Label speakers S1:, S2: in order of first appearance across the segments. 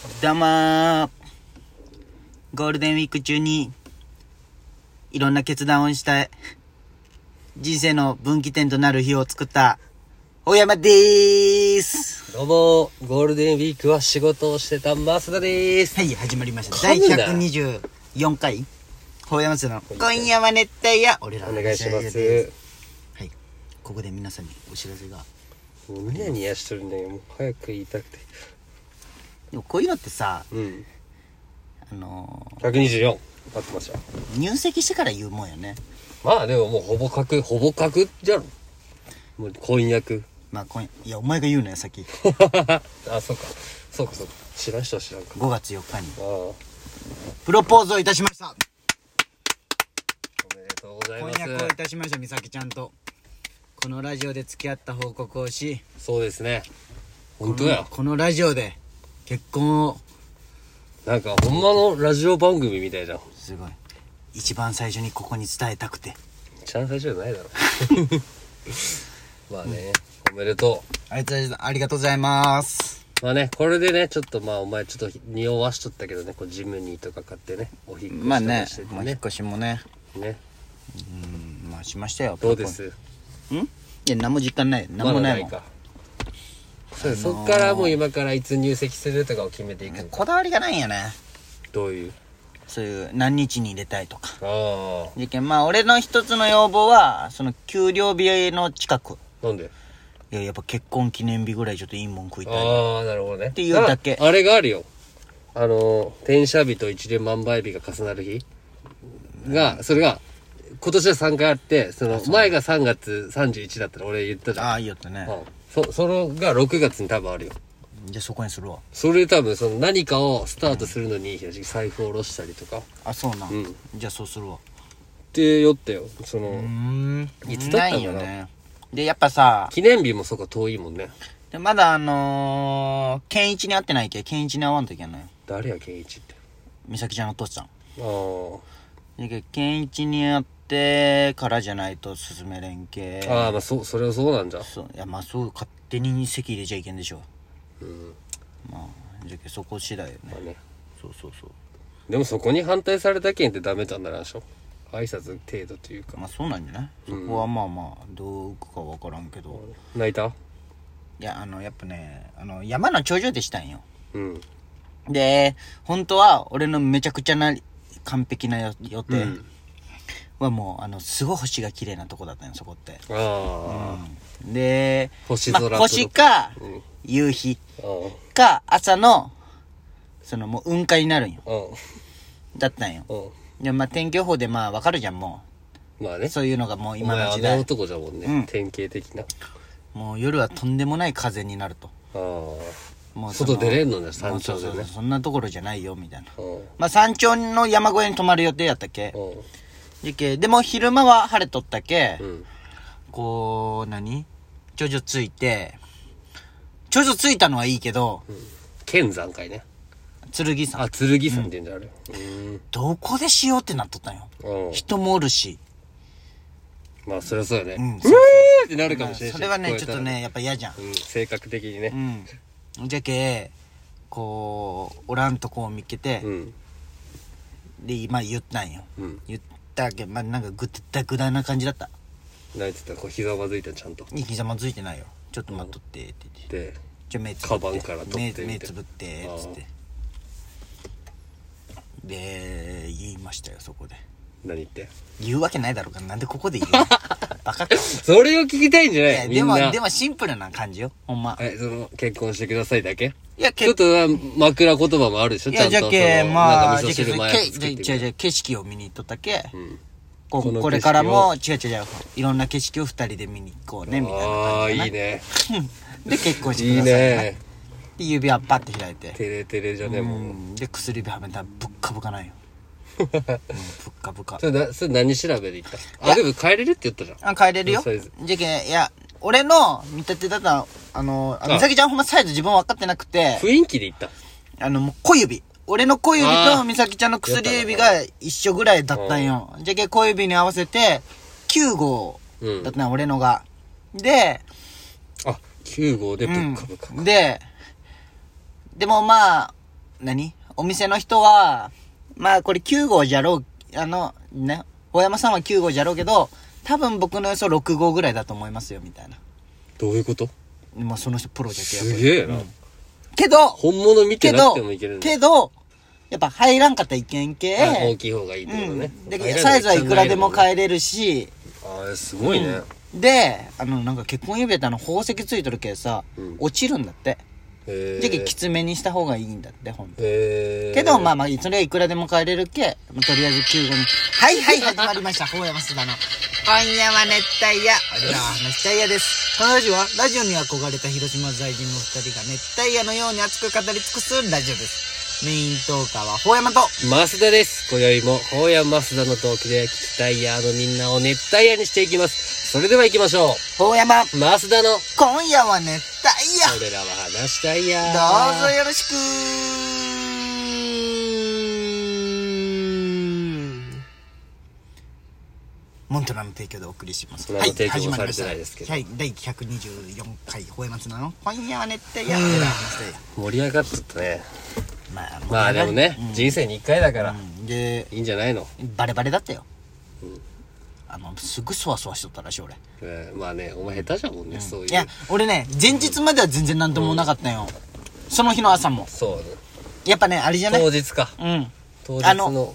S1: どうもー。ゴールデンウィーク中にいろんな決断をした人生の分岐点となる日を作った大山でーす。
S2: どうも、ゴールデンウィークは仕事をしてた増田でーす。
S1: はい、始まりました。第124回大山津の今夜は熱帯夜。俺ら
S2: お願いします。
S1: はい、ここで皆さんにお知らせが。
S2: もうニヤニヤしとるね。もう早く言いたくて。
S1: でもこういうのってさ、
S2: 124合ってました。
S1: 入籍してから言うもんよね。
S2: まあでももうほぼ確じゃん。もう婚約。
S1: まあいやお前が言うのよ先。
S2: あ、そうか知らん人は知らんか。
S1: 5月4日に
S2: ああ、
S1: プロポーズをいたしました。
S2: おめでとうございます。
S1: 婚約をいたしました。美咲ちゃんとこのラジオで付き合った報告をし、
S2: そうですね。本当や。
S1: このラジオで結婚を、
S2: なんかほんまのラジオ番組みたいじゃん。
S1: すごい一番最初にここに伝えたくて。
S2: 一番最初じゃないだろ。まあね、おめでとう。
S1: ありがとうございます。
S2: まあね、これでね、ちょっとまあお前ちょっと匂わしとったけどね、こうジムニーとか買ってね、お引っ越しと
S1: まあね
S2: かしてて
S1: 引っ
S2: ね。
S1: 越しもね、
S2: ね。
S1: まあしましたよ。
S2: どうです？
S1: いや何も実感ない。何もないもん。
S2: まだか。そっからもう今からいつ入籍するとかを決めていくんか。
S1: こだわりがないんやね。
S2: どういう？
S1: そういう何日に入れたいとか。
S2: あ
S1: じゃけんまあ俺の一つの要望はその給料日の近く。
S2: あ。なんで？
S1: いややっぱ結婚記念日ぐらいちょっといいもん食いたい。
S2: ああ、なるほどね。
S1: っていうだけ。
S2: あれがあるよ。転写日と一粒万倍日が重なる日が、それが、今年は3回あって、その前が3月31だったら俺言ったじゃん。
S1: ああいいよってね。
S2: それが6月に多分あるよ。
S1: じゃあそこにするわ。
S2: それで多分その何かをスタートするのに財布を下ろしたりとかっ
S1: あそうな、じゃあそうするわ。
S2: て酔ったよ。その
S1: い
S2: つだったんだな
S1: ないよね。でやっぱさ、
S2: 記念日もそうか遠いもんね。
S1: でまだ健一に会ってないけ。健一に会わんといけない。
S2: 誰や健一って。
S1: 美咲ちゃんのお父さん。
S2: ああ。
S1: で健一に会ってからじゃないと進めれんけ。
S2: ああ、まあそれはそうなんじゃ。
S1: そういやまあそう勝手に籍入れちゃいけんでしょ。まあじゃけそこ次第よね。
S2: まあね。
S1: そう
S2: でもそこに反対されたけんってダメなんだらんでしょ。挨拶程度というか。
S1: まあそうなんじゃない、そこはまあまあどうかわからんけど、
S2: 泣いた？
S1: いややっぱね山の頂上でしたんよ。
S2: うん。
S1: で本当は俺のめちゃくちゃな完璧な予定はもうすごい星が綺麗なとこだったんよそこって。
S2: ああ、
S1: で
S2: 星空とか、
S1: 星か、夕日か朝のそのもう雲海になるんよ。だったんよ。でまあ天気予報でまあわかるじゃんもう。
S2: まあね。
S1: そういうのがもう今の時
S2: お前
S1: 代。
S2: 男じゃもんね、典型的な。
S1: もう夜はとんでもない風になると。もう
S2: 外出れんのね、山頂でね。
S1: そんなところじゃないよみたいな。まあ山頂の山小屋に泊まる予定やったっけ。でも昼間は晴れとったけ、こう頂上着いて、頂上着いたのはいいけど、
S2: 剣山かいね。
S1: 剣山。
S2: あ、剣山って言うんだあれ。
S1: どこでしようってなっとったんよ。人もおるし。
S2: まあそりゃそうよね。うーってなるかもしれないし。
S1: それはねちょっとねやっぱ嫌じゃん。
S2: 性格的にね。
S1: じゃけこうおらんとこを見っけて、で今言ったんよ。言ったけどまあなんかぐだな感じだった。
S2: 何て言ったらこう膝まずいたちゃんと。
S1: 膝まずいてないよ。ちょっと待っとってって言って。じゃ目つぶって。
S2: カバンから取って
S1: 目つぶってつって。で言いましたよそこで。
S2: 何言って？
S1: 言うわけないだろうからなんでここで言うの？バカか。
S2: それを聞きたいんじゃない？みんな。
S1: でもシンプルな感じよほんま。
S2: 結婚してくださいだけ？
S1: いや
S2: ちょっと枕言葉もあるでしょ。
S1: いやじゃけまあ
S2: 味噌汁前
S1: 景色を見に行っとったけ。これからも違ういろんな景色を二人で見に行こうねみたいな感じ。
S2: ああいいね。
S1: で結婚してください。
S2: いいね。
S1: で指輪パッて開いて。
S2: テレテレじゃねもう。
S1: で薬指はめたらぶっかぶかないよ。ぶっかぶか。
S2: それ何調べで行った？あでも帰れるって言ったじゃん。
S1: 帰れるよ。じゃけいや俺の見立てだった美咲ちゃんほんまサイズ自分分かってなくて。
S2: 雰囲気で行った。
S1: もう小指。俺の小指と美咲ちゃんの薬指が一緒ぐらいだったんよ。じゃけ小指に合わせて9号だったん、俺のが。で、
S2: あ、9号でぶっかぶか。
S1: でもまあ、 お店の人は、まあこれ9号じゃろう、大山さんは9号じゃろうけど、多分僕の予想6号ぐらいだと思いますよ、みたいな。
S2: どういうこと？
S1: まあその人プロじゃけ
S2: すげえな。
S1: けど、
S2: 本物見てなくてもいけるんだ。
S1: けど、やっぱ入らんかったらいけんけ。
S2: 大きい方がいいってことね。
S1: で、サイズはいくらでも変えれるし。
S2: ああ、すごいね。
S1: で、なんか結婚指輪って宝石ついとるけさ、落ちるんだって。じゃけきつめにした方がいいんだって、ほんと。けど、まあまあ、それはいくらでも変えれるけ、とりあえず9号に。はいはい、始まりました。ほうやますだの。今夜は熱帯夜。俺らは熱帯夜です。このラジオは、ラジオに憧れた広島在住の二人が熱帯夜のように熱く語り尽くすラジオです。メイントーカーはほうやまと
S2: 増田です。今宵もほうや増田のトークで聞きたいやのみんなを熱帯夜にしていきます。それでは行きましょう。
S1: ほうやま
S2: 増田の
S1: 今夜は熱帯夜。
S2: 俺らは話したいや。
S1: どうぞよろしく。モントラの提供でお送りします。
S2: はい、提供もされてないですけど。
S1: はい、第124回ほうやまつなの今夜は熱帯夜。
S2: 盛り上がっとったね。まあでもね、人生に1回だから、でいいんじゃないの。
S1: バレバレだったよ。すぐそわそわしとったらしい俺。
S2: まあね、お前下手じゃもんね、そういう。
S1: いや、俺ね、前日までは全然なんともなかったよ。その日の朝も。
S2: そうね。
S1: やっぱね、あれじゃない？
S2: 当日か。当日の。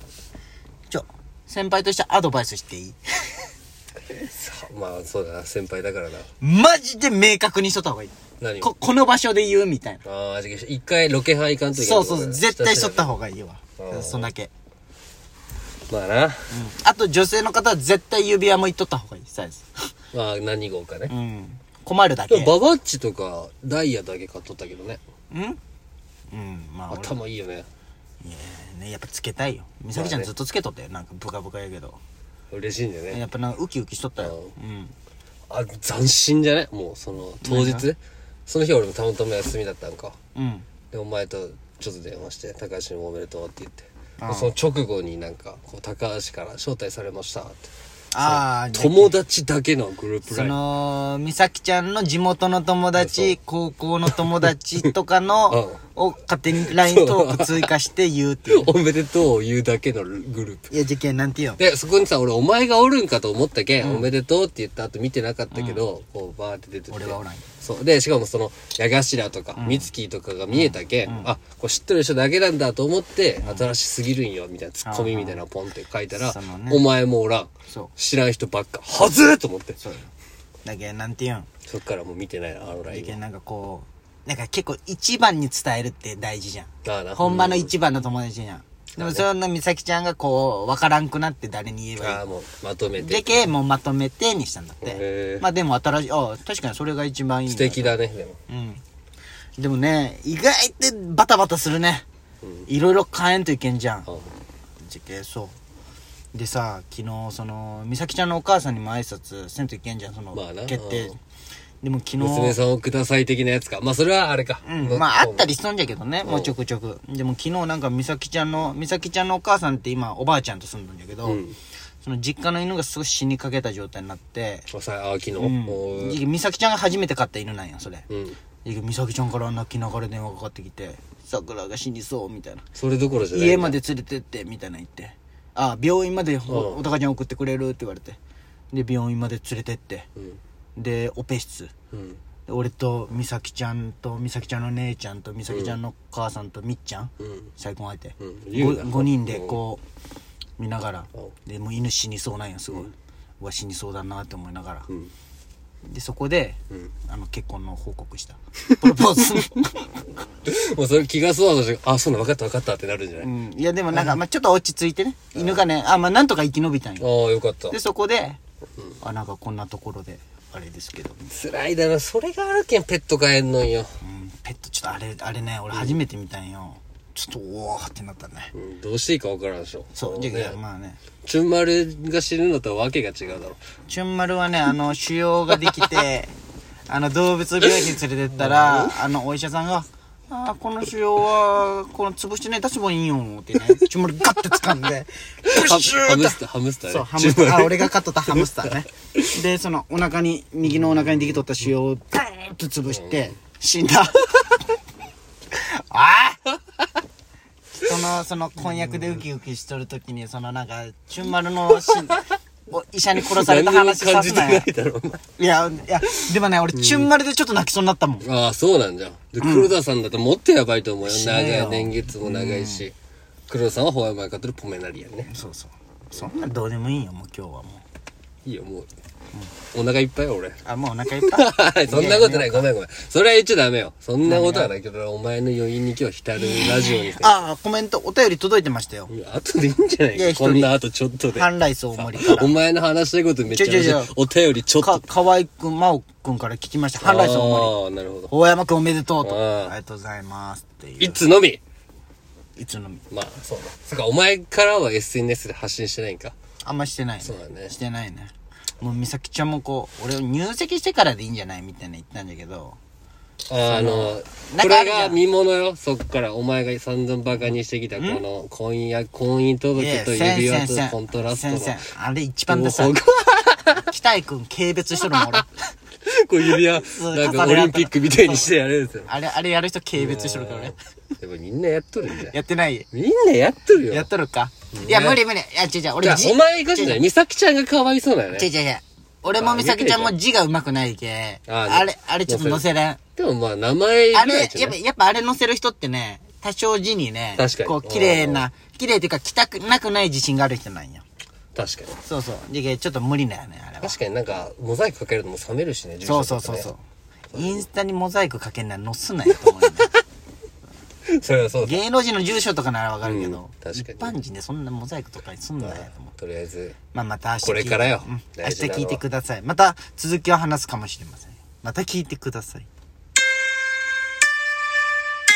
S1: 先輩としてアドバイスしていい？
S2: まあそうだな、先輩だからな。
S1: マジで明確にしとった方がいい。
S2: 何？
S1: この場所で言うみたいな。
S2: ああ、じゃあ一回ロケハン行かんといけ
S1: ない。そう、絶対しとった方がいいわ。そんだけ。
S2: まあな。
S1: あと女性の方は絶対指輪も言っとった方がいい、サイズ。
S2: まあ何号かね。
S1: 困るだけ。
S2: ババッチとかダイヤだけ買っとったけどね。
S1: まあ
S2: 頭いいよね。
S1: いやね、やっぱつけたいよ。美咲ちゃんずっとつけとったよ。なんかブカブカやけど。
S2: 嬉しいんだよね。
S1: やっぱなんかウキウキしとったよ。
S2: 斬新じゃね？もうその当日その日俺もたまたま休みだったんか。でお前とちょっと電話して「高橋にもおめでとう」って言って、その直後になんかこう高橋から招待されましたって。友達だけのグループライン。
S1: 美咲ちゃんの地元の友達、高校の友達とかのを勝手に LINE トーク追加して言うっていう。
S2: おめでとうを言うだけのグループ。
S1: いや、事件なんて言うの？
S2: で、そこにさ、俺お前がおるんかと思ったけん、おめでとうって言った後見てなかったけど、こうバーって出てて。
S1: 俺はおらんよ。
S2: そう。で、しかもその、矢頭とか、ミツキーとかが見えたけん、あ、これ知ってる人だけなんだと思って、新しすぎるんよ、みたいなツッコミみたいなポンって書いたら、お前もおらん。知らん人ばっか。はずーと思って。
S1: そうよ。だけど、なんて言うん？
S2: そっからもう見てないな、あのライン。
S1: だけど、なんかこう、なんか結構一番に伝えるって大事じゃん。ほんまの一番の友達じゃん。でもそんな美咲ちゃんがこう、わからんくなって誰に言えばいい。
S2: ああ、もうまとめて。
S1: でけ、もうまとめてにしたんだって。まあでも確かにそれが一番いい。
S2: 素敵だね、でも。
S1: でもね、意外ってバタバタするね。いろいろ変えんといけんじゃん。じゃけ、そう。でさ、昨日、その、美咲ちゃんのお母さんにも挨拶せんといけんじゃん、その、決定。でも昨日。
S2: 娘さんをください的なやつか。まあそれはあれか。
S1: まああったりしとんじゃけどね、もうちょくちょく。でも昨日なんか美咲ちゃんのお母さんって今おばあちゃんと住んどんじゃけど、その実家の犬が少し死にかけた状態になって、
S2: 昨日
S1: 美咲ちゃんが初めて飼った犬なんや、それ。美咲ちゃんから泣きながら電話かかってきて、桜が死にそうみたいな。
S2: それどころじゃない。
S1: 家まで連れてってみたいな言って、病院までお高ちゃん送ってくれるって言われて、で病院まで連れてって、でオペ室、俺と美咲ちゃんと美咲ちゃんの姉ちゃんと美咲ちゃんの母さんとみっちゃん、再婚相手、5人でこう見ながら、でもう犬死にそうなんや、すごい、うわ死にそうだなって思いながら、でそこで、結婚の報告したプロポーズ
S2: もうそれ気がそうだし、そうなの分かったってなるんじゃない？
S1: いやでもなんか、ちょっと落ち着いてね、犬がね、なんとか生き延びたんよ。
S2: よかった。
S1: でそこで、なんかこんなところであれですけど、
S2: 辛いだな、それがあるけんペット飼えんのんよ。
S1: ペットちょっとあれね、俺初めて見たんよ。ちょっとおーってなったね。
S2: どうしていいか分からんでしょ。
S1: そう、じゃあまあね。
S2: チュンマルが死ぬのとはわけが違うだろ。
S1: チュンマルはね、腫瘍ができて、動物病院に連れてったら、お医者さんが、この腫瘍は、この潰してね、出せばいいよってね、チュンマルガッて掴んで、
S2: ハムスターね。
S1: そう、ハムスター。俺が飼っとったハムスターね。で、その右のお腹にできとった腫瘍を、ガーッと潰して、死んだ。 その婚約でウキウキしとる時に、そのなんか、チュンマルの医者に殺された話さすなよ。いや、でもね、俺、チュンマルでちょっと泣きそうになったもん。
S2: ああ、そうなんじゃん。で、黒田さんだともっとやばいと思うよ。長い、年月も長いし。黒田さんはホワイトマイ飼ってるポメラリアンね。
S1: そうそう。そんなんどうでもいいよ、もう今日はも
S2: う。いいよ、もう。お腹いっぱいよ、俺。
S1: あ、もうお腹いっぱい
S2: そんなことない。ごめん。それは言っちゃダメよ。そんなことはないけど、お前の余韻に今日浸るラジオに。
S1: あ、コメント、お便り届いてましたよ。
S2: いや、後でいいんじゃないか。こんな後ちょっとで。
S1: ハンライス大盛りから。
S2: お前の話したいことめっちゃ面白い。お便りちょっと。
S1: 河合くん、真央くんから聞きました。ハンライス大盛り。
S2: ああ、なるほど。
S1: 大山くんおめでとうと。ありがとうございますっていう。
S2: いつのみ。まあ、そうだ。そっか、お前からは SNS で発信してないんか。
S1: あんましてないね。
S2: そうだね。
S1: してないね。もう美咲ちゃんもこう、俺入籍してからでいいんじゃないみたいな言ったんだけど。
S2: これが見物よ。そっからお前が散々バカにしてきたこの婚姻届と指輪とコントラストの。
S1: 先生、あれ一番でさ、北井くん軽蔑しとるもん俺。
S2: こう指輪、なんかオリンピックみたいにしてやるんですよ。
S1: あれやる人軽蔑しとるからね。
S2: でもみんなやっとるんじゃん。
S1: やってない。
S2: みんなやっとるよ。
S1: やっとるか。いや、無理。いや、違う、俺
S2: お前がじゃない。美咲ちゃんがかわいそうだよね。
S1: 違う。俺も美咲ちゃんも字が上手くないけ。あれちょっと載せれん。
S2: でもまあ、名前ぐらいじゃない。
S1: やっぱあれ載せる人ってね、多少字にね、こう、綺麗っていうか、汚くなくない自信がある人なんよ。
S2: 確かに。
S1: そう。で、ちょっと無理だよね、あれは。
S2: 確かになんか、モザイクかけるのも冷めるしね、
S1: そう。インスタにモザイクかけんなら載すなよ、と思うよね。
S2: それはそうだ。
S1: 芸能人の住所とかならわかるけど、
S2: 確かに。
S1: 一般人でそんなモザイクとかにすんなよ、と思う。
S2: とりあえず。
S1: また明日。
S2: これからよ。
S1: 明日聞いてください。また続きを話すかもしれません。また聞いてください。